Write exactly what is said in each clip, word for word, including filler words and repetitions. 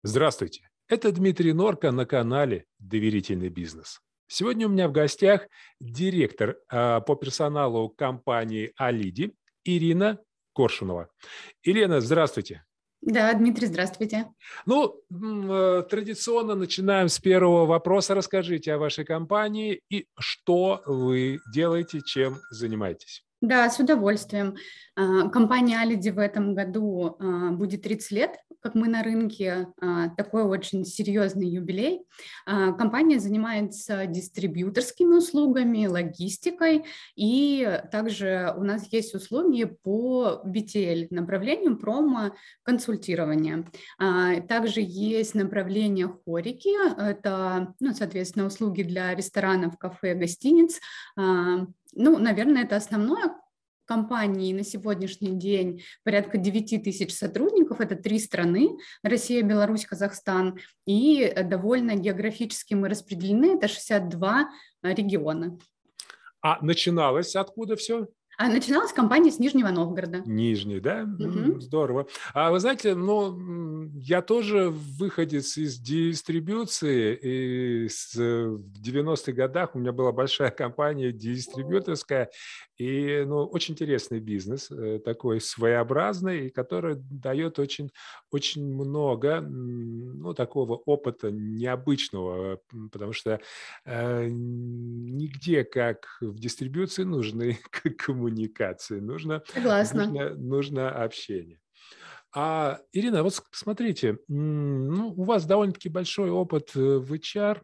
Здравствуйте, это Дмитрий Норко на канале «Доверительный бизнес». Сегодня у меня в гостях директор а, по персоналу компании «Алиди» Ирина Коршунова. Ирина, здравствуйте. Да, Дмитрий, здравствуйте. Ну, м, э, традиционно начинаем с первого вопроса. Расскажите о вашей компании и что вы делаете, чем занимаетесь. Да, с удовольствием. А, Компания Алиди в этом году а, будет тридцать лет, как мы на рынке. А, Такой очень серьезный юбилей. А, Компания занимается дистрибьюторскими услугами, логистикой, и также у нас есть услуги по би ти эл, направлению промо-консультирования. А, Также есть направление хорики, это, ну, соответственно, услуги для ресторанов, кафе, гостиниц. А, Ну, наверное, это основное. Компании на сегодняшний день порядка девять тысяч сотрудников, это три страны, Россия, Беларусь, Казахстан, и довольно географически мы распределены, это шестьдесят два региона. А начиналось откуда все? А начиналась компания с Нижнего Новгорода. Нижний, да? Угу. Здорово. А вы знаете, ну, я тоже выходец из дистрибьюции, и с, в девяностых годах у меня была большая компания дистрибьюторская, и, ну, очень интересный бизнес, такой своеобразный, который дает очень, очень много, ну, такого опыта необычного, потому что э, нигде, как в дистрибьюции, нужны коммуникации, нужно Согласна. Нужно, нужно общение. А, Ирина, вот смотрите, ну, у вас довольно-таки большой опыт в эйч ар.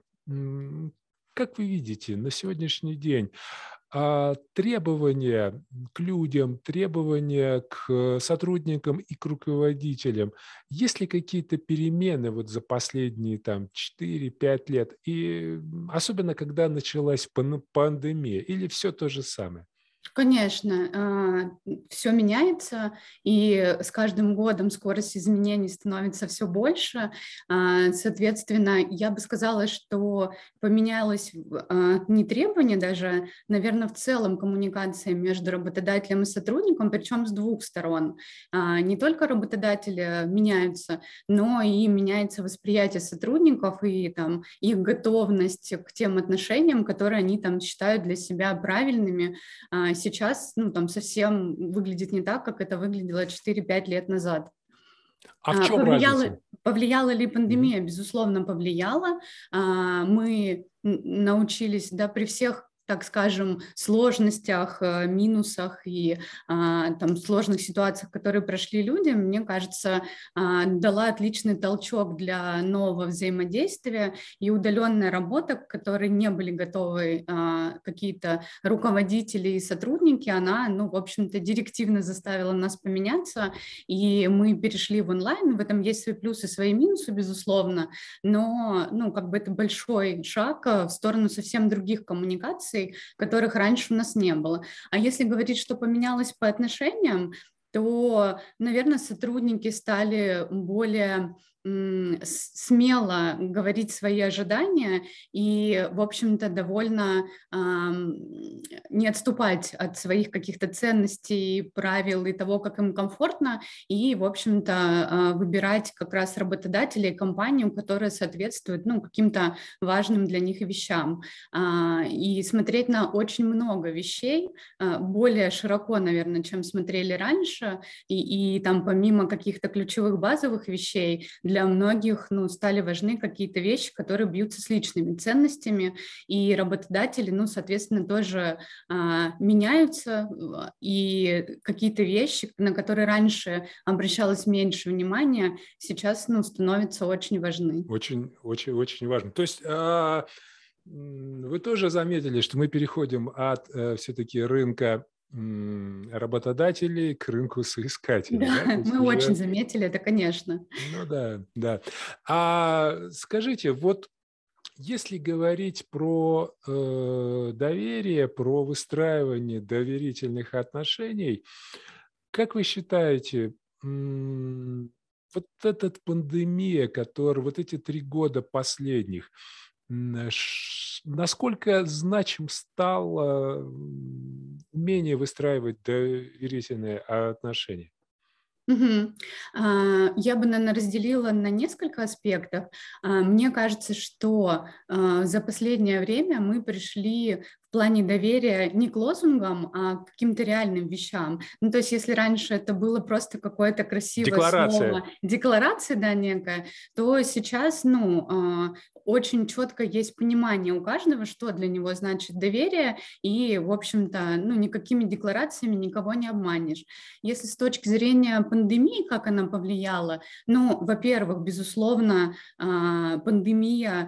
Как вы видите, на сегодняшний день а, требования к людям, требования к сотрудникам и к руководителям, есть ли какие-то перемены вот за последние там четыре-пять лет, и особенно когда началась пандемия, или все то же самое? Конечно, все меняется, и с каждым годом скорость изменений становится все больше. А, Соответственно, я бы сказала, что поменялось а, не требование даже, наверное, в целом коммуникация между работодателем и сотрудником, причем с двух сторон. А, Не только работодатели меняются, но и меняется восприятие сотрудников и там, их готовность к тем отношениям, которые они там считают для себя правильными. Сейчас, ну, там совсем выглядит не так, как это выглядело четыре-пять лет назад. А в чем Повлияла, разница? повлияла ли Мгм. пандемия? Безусловно, повлияла. Мы научились, да, при всех, так скажем, сложностях, э, минусах и а, там сложных ситуациях, которые прошли люди, мне кажется, а, дала отличный толчок для нового взаимодействия, и удаленная работа, к которой не были готовы а, какие-то руководители и сотрудники, она, ну, в общем-то, директивно заставила нас поменяться, и мы перешли в онлайн. В этом есть свои плюсы, свои минусы, безусловно, но, ну, как бы это большой шаг в сторону совсем других коммуникаций, которых раньше у нас не было. А если говорить, что поменялось по отношениям, то, наверное, сотрудники стали более смело говорить свои ожидания и, в общем-то, довольно эм, не отступать от своих каких-то ценностей, правил и того, как им комфортно, и, в общем-то, э, выбирать как раз работодателя и компанию, которая соответствует, ну, каким-то важным для них вещам. А, и смотреть на очень много вещей, а, более широко, наверное, чем смотрели раньше, и, и там помимо каких-то ключевых базовых вещей, для многих, ну, стали важны какие-то вещи, которые бьются с личными ценностями, и работодатели, ну, соответственно, тоже а, меняются, и какие-то вещи, на которые раньше обращалось меньше внимания, сейчас, ну, становятся очень важны. Очень, очень, очень важно. То есть а, вы тоже заметили, что мы переходим от э, все-таки рынка м, работодателей к рынку соискателей, да? То Да, есть мы очень уже, заметили это, конечно. ну да, да. А скажите, вот если говорить про э, доверие, про выстраивание доверительных отношений, как вы считаете, м, вот эта пандемия, которая, вот эти три года последних, м, ш- насколько значим стало м, умение выстраивать доверительные отношения? Мгм. А, Я бы, наверное, разделила на несколько аспектов. А, Мне кажется, что а, за последнее время мы пришли в плане доверия не к лозунгам, а к каким-то реальным вещам. Ну, то есть, если раньше это было просто какое-то красивое Декларация. слово, декларация, да, некая, то сейчас, ну, а, очень четко есть понимание у каждого, что для него значит доверие, и, в общем-то, ну, никакими декларациями никого не обманешь. Если с точки зрения пандемии, как она повлияла, ну, во-первых, безусловно, а, пандемия,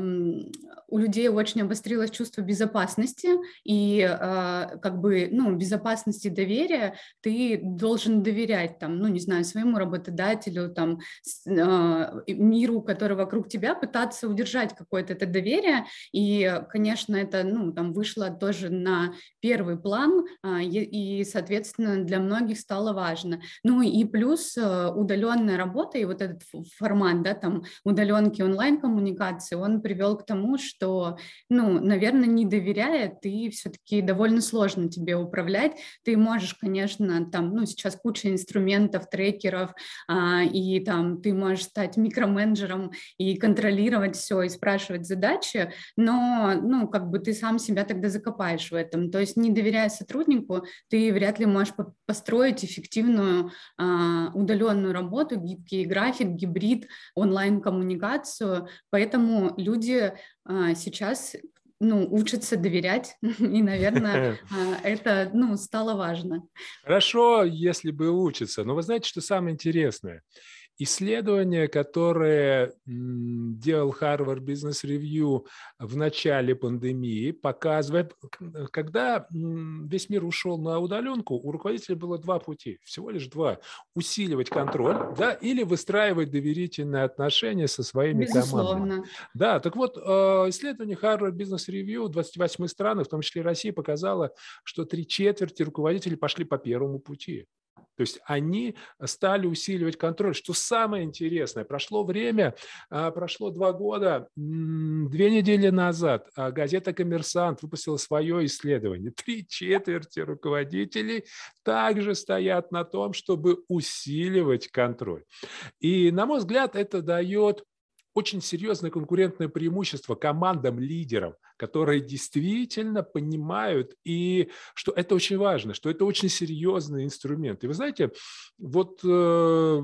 м, у людей очень обострилось чувство безопасности, и а, как бы, ну, безопасности доверия ты должен доверять, там, ну, не знаю, своему работодателю, там, с- а, миру, который вокруг тебя, пытаться удержать какое-то это доверие, и, конечно, это, ну, там, вышло тоже на первый план, а, и, и, соответственно, для многих стало важно. Ну и плюс э, удаленная работа и вот этот ф- формат, да, там, удаленки онлайн-коммуникации, он привел к тому, что, ну, наверное, не доверяя, ты все-таки довольно сложно тебе управлять. Ты можешь, конечно, там, ну, сейчас куча инструментов, трекеров, а, и там ты можешь стать микроменеджером и контролировать все, и спрашивать задачи, но, ну, как бы ты сам себя тогда закопаешь в этом. То есть, не доверяя сотруднику, ты вряд ли можешь по- построить эффективную а, удаленную работу, гибкий график, гибрид, онлайн-коммуникацию. Поэтому люди а, сейчас, ну, учатся доверять, и, наверное, а, это, ну, стало важно. Хорошо, если бы учиться. Но вы знаете, что самое интересное? Исследование, которое м, делал Harvard Business Review в начале пандемии, показывает, к- когда м, весь мир ушел на удаленку, у руководителя было два пути, всего лишь два. Усиливать контроль, да, или выстраивать доверительные отношения со своими командами. Безусловно. Да, так вот, э, исследование Harvard Business Review в двадцати восьми странах, в том числе и России, показало, что три четверти руководителей пошли по первому пути. То есть они стали усиливать контроль. Что самое интересное, прошло время, а, прошло два года, м, две недели назад а, газета «Коммерсант» выпустила свое исследование. Три четверти руководителей также стоят на том, чтобы усиливать контроль. И, на мой взгляд, это дает очень серьезное конкурентное преимущество командам-лидерам, которые действительно понимают, и что это очень важно, что это очень серьезный инструмент. И вы знаете, вот э,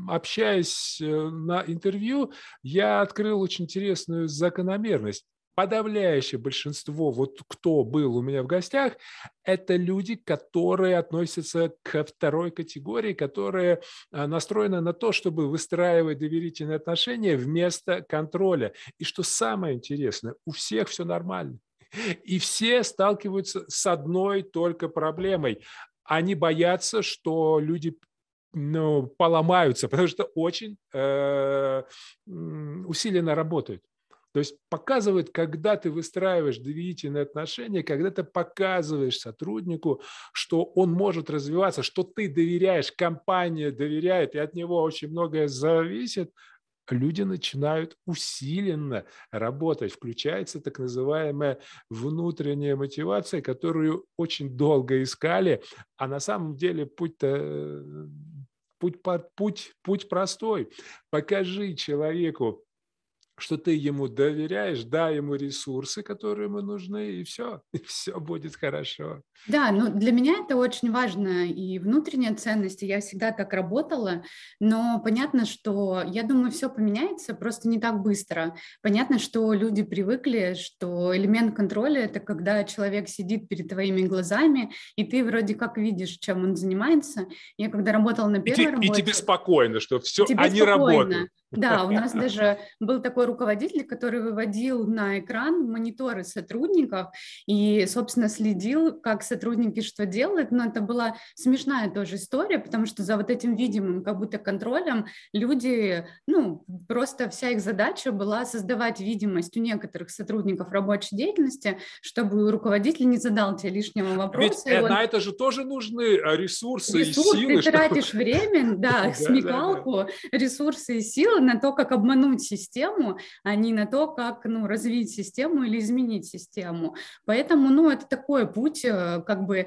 общаясь э, на интервью, я открыл очень интересную закономерность. Подавляющее большинство, вот кто был у меня в гостях, это люди, которые относятся ко второй категории, которые а, настроены на то, чтобы выстраивать доверительные отношения вместо контроля. И что самое интересное, у всех все нормально. И все сталкиваются с одной только проблемой. Они боятся, что люди, ну, поломаются, потому что очень э, усиленно работают. То есть показывает, когда ты выстраиваешь доверительные отношения, когда ты показываешь сотруднику, что он может развиваться, что ты доверяешь, компания доверяет, и от него очень многое зависит, люди начинают усиленно работать. Включается так называемая внутренняя мотивация, которую очень долго искали, а на самом деле путь-то, путь, путь, путь простой. Покажи человеку, что ты ему доверяешь, дай ему ресурсы, которые ему нужны, и все, и все будет хорошо. Да, ну для меня это очень важно и внутренняя ценность, и я всегда так работала, но понятно, что, я думаю, все поменяется, просто не так быстро. Понятно, что люди привыкли, что элемент контроля – это когда человек сидит перед твоими глазами, и ты вроде как видишь, чем он занимается. Я когда работала на И, те, первой и тебе работе, спокойно, что и все, тебе они спокойно. работают. Да, у нас даже был такой руководитель, который выводил на экран мониторы сотрудников и, собственно, следил, как сотрудники что делают. Но это была смешная тоже история, потому что за вот этим видимым как будто контролем люди, ну, просто вся их задача была создавать видимость у некоторых сотрудников рабочей деятельности, чтобы руководитель не задал тебе лишнего Ведь вопроса, и э, он на это же тоже нужны э, ресурсы и ресурс, ты силы, чтобы... тратишь время, да, Да, да, да. смекалку, ресурсы и силы силы на то, как обмануть систему, а не на то, как, ну, развить систему или изменить систему. Поэтому, ну, это такой путь, как бы,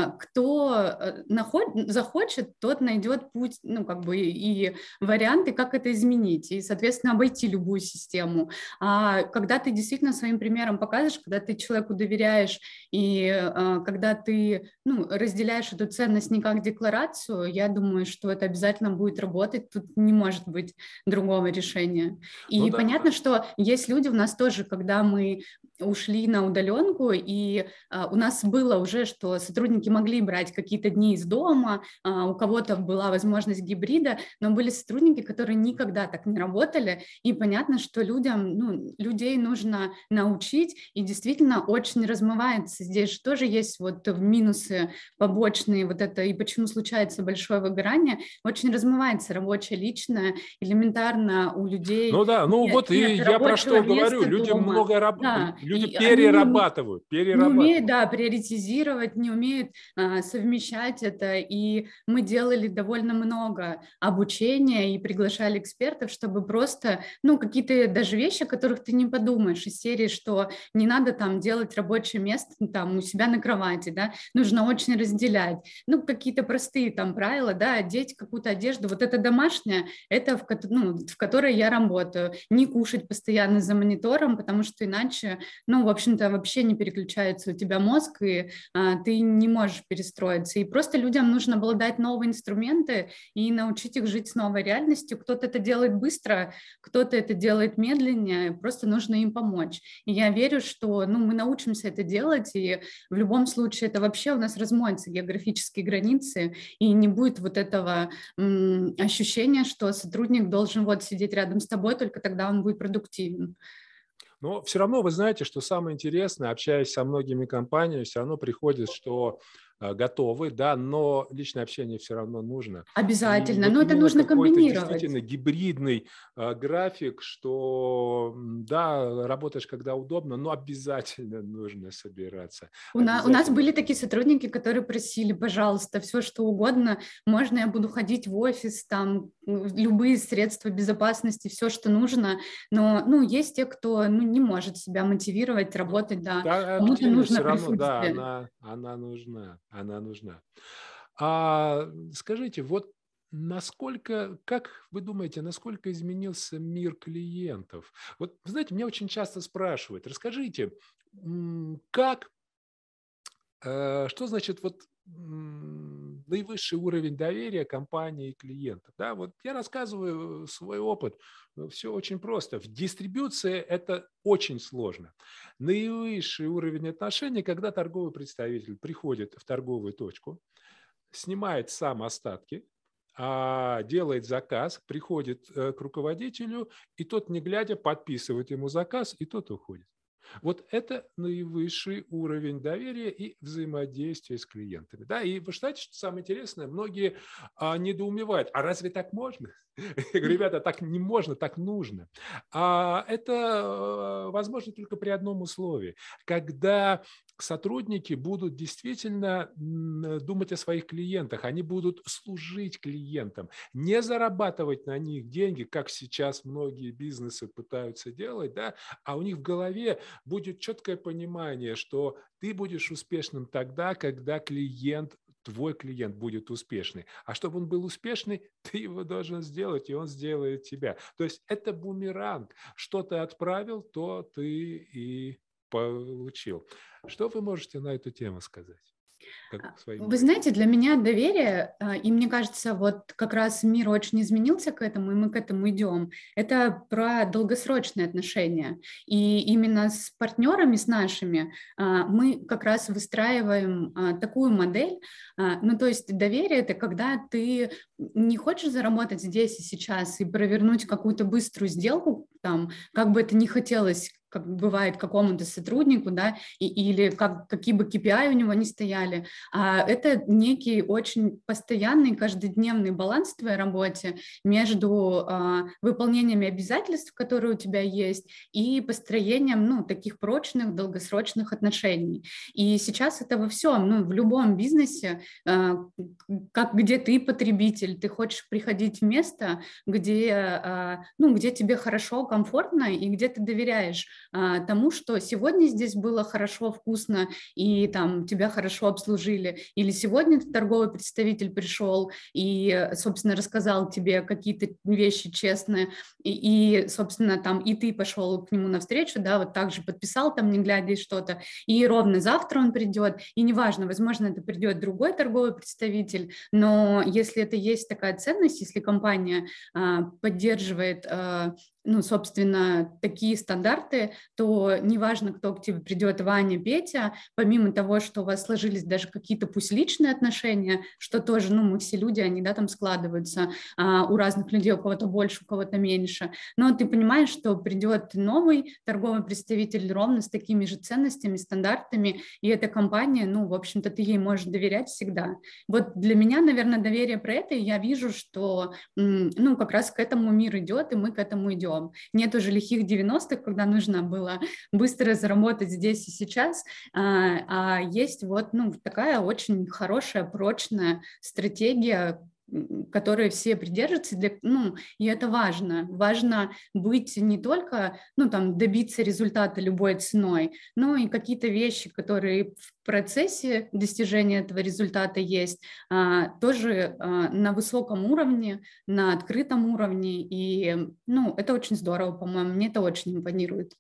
кто наход... захочет, тот найдет путь, ну, как бы, и варианты, как это изменить, и, соответственно, обойти любую систему. А когда ты действительно своим примером показываешь, когда ты человеку доверяешь, и когда ты, ну, разделяешь эту ценность не как декларацию, я думаю, что это обязательно будет работать, тут не может быть другого решения. И Ну, да, понятно, да. что есть люди у нас тоже, когда мы ушли на удаленку, и а, у нас было уже, что сотрудники могли брать какие-то дни из дома, а, у кого-то была возможность гибрида, но были сотрудники, которые никогда так не работали, и понятно, что людям, ну, людей нужно научить, и действительно очень размывается. Здесь же тоже есть вот минусы побочные, вот это, и почему случается большое выгорание, очень размывается рабочее, личное, элементарно у людей Ну да, ну нет, вот и нет я про рабочего что говорю. места Люди дома. много раб... Да, люди и они не, перерабатывают, не умеют, перерабатывают. да, приоритизировать, не умеют а, совмещать это. И мы делали довольно много обучения и приглашали экспертов, чтобы просто, ну, какие-то даже вещи, о которых ты не подумаешь, из серии, что не надо там делать рабочее место там у себя на кровати, да, нужно очень разделять. Ну, какие-то простые там правила, да, одеть какую-то одежду. Вот это домашняя, это в, ну, в которой я работаю. Не кушать постоянно за монитором, потому что иначе, ну, в общем-то, вообще не переключается у тебя мозг, и а, ты не можешь перестроиться. И просто людям нужно было дать новые инструменты и научить их жить с новой реальностью. Кто-то это делает быстро, кто-то это делает медленнее, просто нужно им помочь. И я верю, что, ну, мы научимся это делать, и в любом случае это вообще у нас размоются географические границы, и не будет вот этого м, ощущения, что сотрудник должен вот сидеть рядом с тобой, только тогда он будет продуктивен. Но все равно вы знаете, что самое интересное, общаясь со многими компаниями, все равно приходит, что готовы, да, но личное общение все равно нужно. И Обязательно, вот но это именно нужно какой-то комбинировать. действительно гибридный э, график, что, да, работаешь когда удобно, но обязательно нужно собираться. У, на, у нас Обязательно. были такие сотрудники, которые просили, пожалуйста, все что угодно, можно я буду ходить в офис, там, любые средства безопасности, все, что нужно, но, ну, есть те, кто, ну, не может себя мотивировать, работать, да, Да, кому-то активность нужно все равно, да, присутствие. она, она нужна, она нужна. А скажите, вот насколько, как вы думаете, насколько изменился мир клиентов? Вот, знаете, меня очень часто спрашивают, расскажите, как, э, что значит вот наивысший уровень доверия компании и клиентов? Да, вот я рассказываю свой опыт. Все очень просто. В дистрибуции это очень сложно. Наивысший уровень отношений, когда торговый представитель приходит в торговую точку, снимает сам остатки, делает заказ, приходит к руководителю, и тот, не глядя, подписывает ему заказ, и тот уходит. Вот это наивысший уровень доверия и взаимодействия с клиентами. Да? И вы знаете, что самое интересное, многие а, недоумевают, а разве так можно? Я говорю, ребята, так не можно, так нужно. А это возможно только при одном условии, когда сотрудники будут действительно думать о своих клиентах, они будут служить клиентам, не зарабатывать на них деньги, как сейчас многие бизнесы пытаются делать, да, а у них в голове будет четкое понимание, что ты будешь успешным тогда, когда клиент, твой клиент будет успешный. А чтобы он был успешный, ты его должен сделать, и он сделает тебя. То есть это бумеранг. Что ты отправил, то ты и получил. Что вы можете на эту тему сказать? Как Вы знаете, для меня доверие, и мне кажется, вот как раз мир очень изменился к этому, и мы к этому идем, это про долгосрочные отношения. И именно с партнерами, с нашими, мы как раз выстраиваем такую модель, ну то есть доверие – это когда ты не хочешь заработать здесь и сейчас и провернуть какую-то быструю сделку, там, как бы это ни хотелось как бывает какому-то сотруднику, да, и, или как, какие бы кей пи ай у него ни стояли, а это некий очень постоянный каждодневный баланс в твоей работе между а, выполнением обязательств, которые у тебя есть, и построением, ну, таких прочных, долгосрочных отношений. И сейчас это во всем, ну, в любом бизнесе, а, как, где ты потребитель, ты хочешь приходить в место, где, а, ну, где тебе хорошо, комфортно, и где ты доверяешь тому, что сегодня здесь было хорошо, вкусно, и там тебя хорошо обслужили, или сегодня торговый представитель пришел и, собственно, рассказал тебе какие-то вещи честные, и, и, собственно, там и ты пошел к нему навстречу, да, вот так же подписал там, не глядя что-то, и ровно завтра он придет, и неважно, возможно, это придет другой торговый представитель, но если это есть такая ценность, если компания а, поддерживает а, ну, собственно, такие стандарты, то неважно, кто к тебе придет, Ваня, Петя, помимо того, что у вас сложились даже какие-то пусть личные отношения, что тоже, ну, мы все люди, они, да, там складываются, а, у разных людей, у кого-то больше, у кого-то меньше, но ты понимаешь, что придет новый торговый представитель ровно с такими же ценностями, стандартами, и эта компания, ну, в общем-то, ты ей можешь доверять всегда. Вот для меня, наверное, доверие про это, и я вижу, что, ну, как раз к этому мир идет, и мы к этому идем. Нет уже лихих девяностых, когда нужно было быстро заработать здесь и сейчас, а, а есть вот, ну, такая очень хорошая, прочная стратегия, которые все придерживаются, для, ну, и это важно. Важно быть не только, ну, там, добиться результата любой ценой, но и какие-то вещи, которые в процессе достижения этого результата есть, а, тоже а, на высоком уровне, на открытом уровне, и, ну, это очень здорово, по-моему, мне это очень импонирует.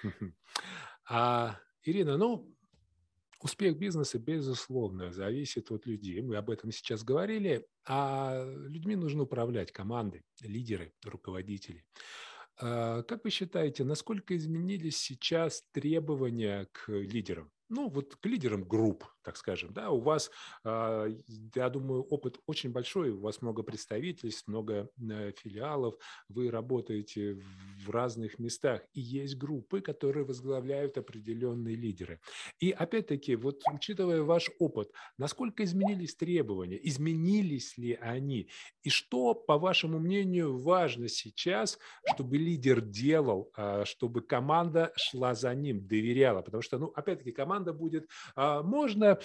А, Ирина, ну, успех бизнеса, безусловно, зависит от людей. Мы об этом сейчас говорили. А людьми нужно управлять, командой, лидеры, руководители. Как вы считаете, насколько изменились сейчас требования к лидерам? Ну, вот к лидерам групп, так скажем. Да, у вас, я думаю, опыт очень большой, у вас много представительств, много филиалов, вы работаете в разных местах, и есть группы, которые возглавляют определенные лидеры. И опять-таки, вот учитывая ваш опыт, насколько изменились требования, изменились ли они, и что, по вашему мнению, важно сейчас, чтобы лидер делал, чтобы команда шла за ним, доверяла? Потому что, ну, опять-таки, команда будет, можно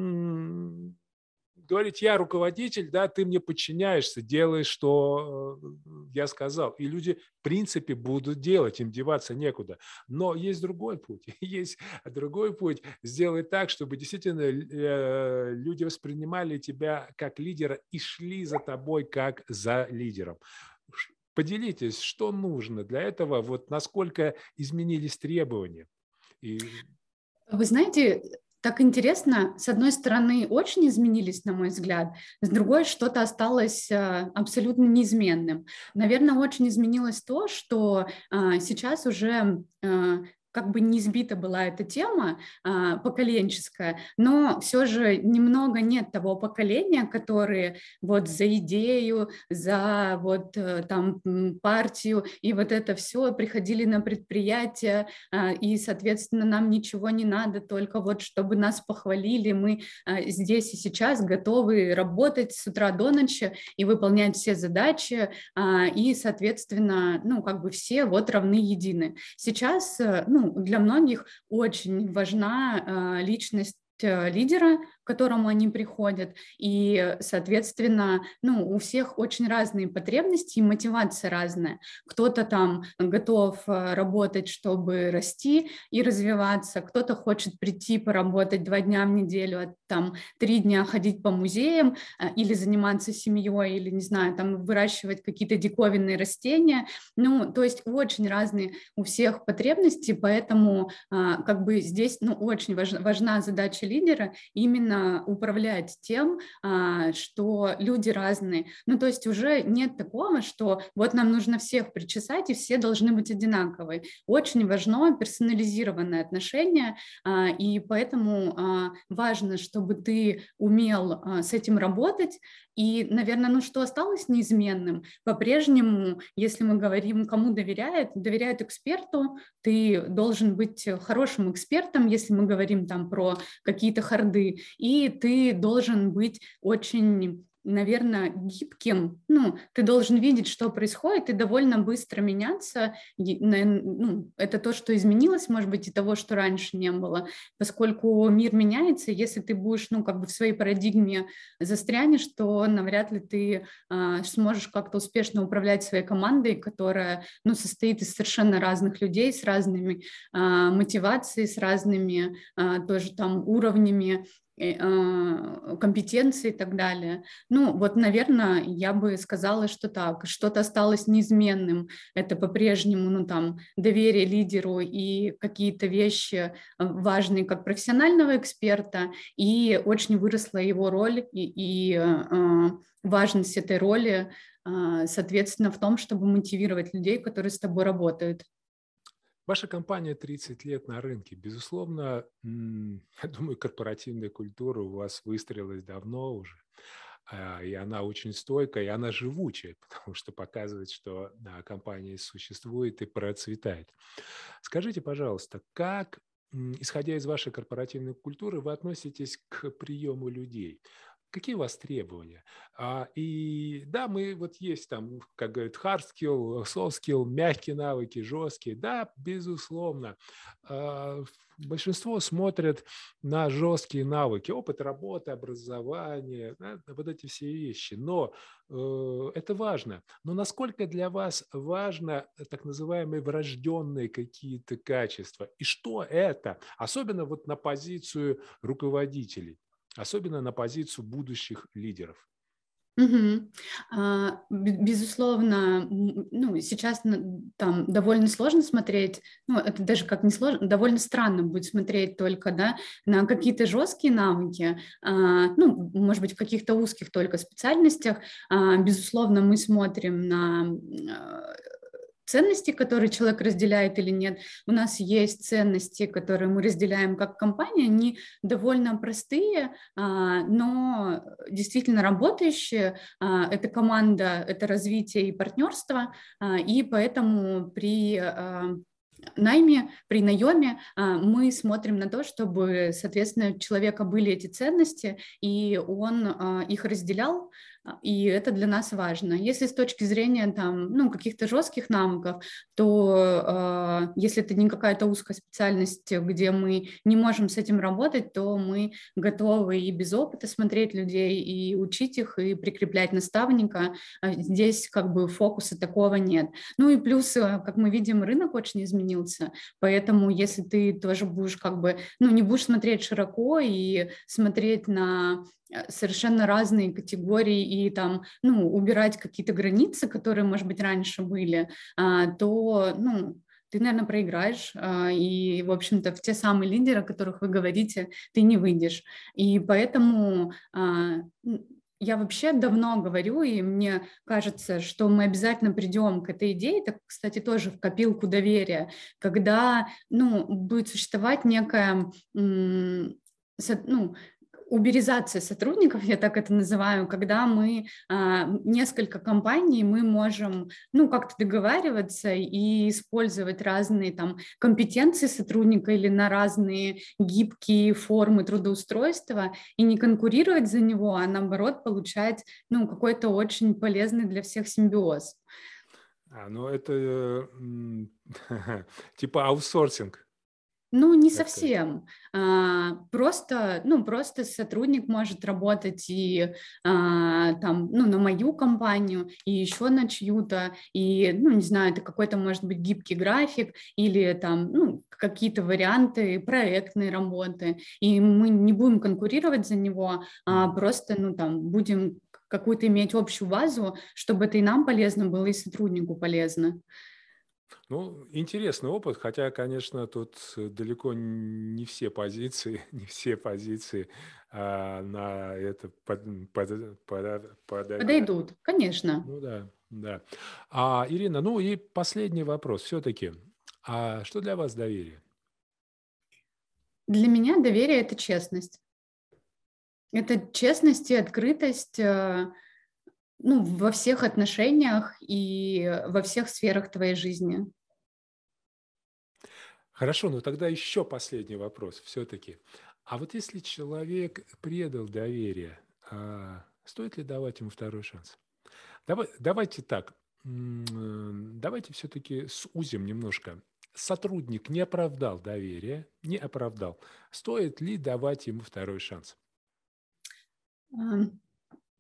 говорить, я руководитель, да, ты мне подчиняешься, делаешь, что я сказал. И люди, в принципе, будут делать, им деваться некуда. Но есть другой путь. Есть другой путь сделать так, чтобы действительно люди воспринимали тебя как лидера и шли за тобой как за лидером. Поделитесь, что нужно для этого, вот насколько изменились требования. И... Вы знаете, так интересно, с одной стороны, очень изменились, на мой взгляд, с другой, что-то осталось абсолютно неизменным. Наверное, очень изменилось то, что сейчас уже... как бы не избита была эта тема а, поколенческая, но все же немного нет того поколения, которые вот за идею, за вот там партию и вот это все приходили на предприятие, а, и, соответственно, нам ничего не надо, только вот чтобы нас похвалили, мы а, здесь и сейчас готовы работать с утра до ночи и выполнять все задачи, а, и, соответственно, ну, как бы все вот равны, едины. Сейчас, ну, для многих очень важна э, личность лидера, к которому они приходят, и, соответственно, ну, у всех очень разные потребности и мотивация разная. Кто-то там готов работать, чтобы расти и развиваться, кто-то хочет прийти поработать два дня в неделю, а там три дня ходить по музеям или заниматься семьей, или, не знаю, там выращивать какие-то диковинные растения. Ну, то есть очень разные у всех потребности, поэтому как бы здесь, ну, очень важна, важна задача лидера именно нужно управлять тем, что люди разные. Ну, то есть уже нет такого, что вот нам нужно всех причесать, и все должны быть одинаковые. Очень важно персонализированное отношение, и поэтому важно, чтобы ты умел с этим работать. И, наверное, ну что осталось неизменным? По-прежнему, если мы говорим, кому доверяют, доверяют эксперту, ты должен быть хорошим экспертом, если мы говорим там про какие-то харды, и ты должен быть очень, наверное, гибким, ну, ты должен видеть, что происходит, и довольно быстро меняться. Ну, это то, что изменилось, может быть, и того, что раньше не было, поскольку мир меняется, если ты будешь, ну, как бы в своей парадигме застрянешь, то навряд ли ты а, сможешь как-то успешно управлять своей командой, которая, ну, состоит из совершенно разных людей, с разными а, мотивациями, с разными а, тоже там уровнями компетенции и так далее. Ну, вот, наверное, я бы сказала, что так, что-то осталось неизменным. Это по-прежнему, ну, там, доверие лидеру и какие-то вещи важные как профессионального эксперта, и очень выросла его роль и, и э, важность этой роли, э, соответственно, в том, чтобы мотивировать людей, которые с тобой работают. Ваша компания тридцать лет на рынке. Безусловно, я думаю, корпоративная культура у вас выстроилась давно уже, и она очень стойкая, и она живучая, потому что показывает, что да, компания существует и процветает. Скажите, пожалуйста, как, исходя из вашей корпоративной культуры, вы относитесь к приему людей? Какие у вас требования? А, и да, мы вот есть там, как говорят, hard skill, soft skill, мягкие навыки, жесткие. Да, безусловно. А, большинство смотрят на жесткие навыки, опыт работы, образование, да, вот эти все вещи. Но э, это важно. Но насколько для вас важно так называемые врожденные какие-то качества? И что это? Особенно вот на позицию руководителей. Особенно на позицию будущих лидеров. Угу. А, безусловно, ну, сейчас там довольно сложно смотреть, ну, это даже как не сложно, довольно странно будет смотреть только, да, на какие-то жесткие навыки, а, ну, может быть, в каких-то узких только специальностях. А, безусловно, мы смотрим на ценности, которые человек разделяет или нет. У нас есть ценности, которые мы разделяем как компания, они довольно простые, но действительно работающие. Это команда, это развитие и партнерство, и поэтому при найме, при наеме мы смотрим на то, чтобы, соответственно, у человека были эти ценности, и он их разделял, и это для нас важно. Если с точки зрения там, ну, каких-то жестких навыков, то э, если это не какая-то узкая специальность, где мы не можем с этим работать, то мы готовы и без опыта смотреть людей, и учить их, и прикреплять наставника. Здесь как бы фокуса такого нет. Ну и плюс, как мы видим, рынок очень изменился, поэтому если ты тоже будешь как бы, ну, не будешь смотреть широко и смотреть на совершенно разные категории и там, ну, убирать какие-то границы, которые, может быть, раньше были, то, ну, ты, наверное, проиграешь, и, в общем-то, в те самые лидеры, о которых вы говорите, ты не выйдешь. И поэтому я вообще давно говорю, и мне кажется, что мы обязательно придем к этой идее, это, кстати, тоже в копилку доверия, когда, ну, будет существовать некая, ну, уберизация сотрудников, я так это называю, когда мы а, несколько компаний, мы можем, ну, как-то договариваться и использовать разные там компетенции сотрудника или на разные гибкие формы трудоустройства и не конкурировать за него, а наоборот получать, ну, какой-то очень полезный для всех симбиоз. А, ну это типа аутсорсинг. Ну, не совсем. А, просто, ну, просто сотрудник может работать и а, там, ну, на мою компанию, и еще на чью-то, и, ну, не знаю, это какой-то, может быть, гибкий график или там, ну, какие-то варианты проектной работы, и мы не будем конкурировать за него, а просто, ну, там, будем какую-то иметь общую базу, чтобы это и нам полезно было, и сотруднику полезно. Ну, интересный опыт, хотя, конечно, тут далеко не все позиции, не все позиции а, на это под- под- пода- подойдут. Подойдут, конечно. Ну да, да. А, Ирина, ну и последний вопрос все-таки. А что для вас доверие? Для меня доверие – это честность. Это честность и открытость э, ну, во всех отношениях и во всех сферах твоей жизни. Хорошо, ну тогда еще последний вопрос все-таки. А вот если человек предал доверие, а, стоит ли давать ему второй шанс? Давай, давайте так, м, э, давайте все-таки сузим немножко. Сотрудник не оправдал доверие, не оправдал. Стоит ли давать ему второй шанс? Ам,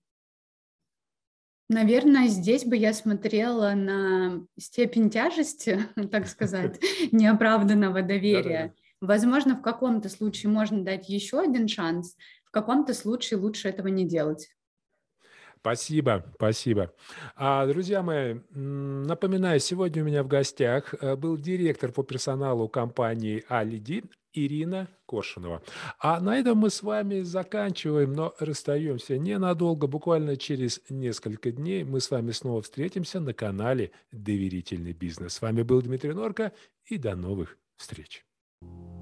Наверное, здесь бы я смотрела на степень тяжести, так сказать, неоправданного Да-да-да. доверия. Возможно, в каком-то случае можно дать еще один шанс, в каком-то случае лучше этого не делать. Спасибо, спасибо. А, друзья мои, м, напоминаю, сегодня у меня в гостях э, был директор по персоналу компании Алиди Ирина Коршунова. А на этом мы с вами заканчиваем, но расстаемся ненадолго, буквально через несколько дней мы с вами снова встретимся на канале «Доверительный бизнес». С вами был Дмитрий Норко, и до новых встреч.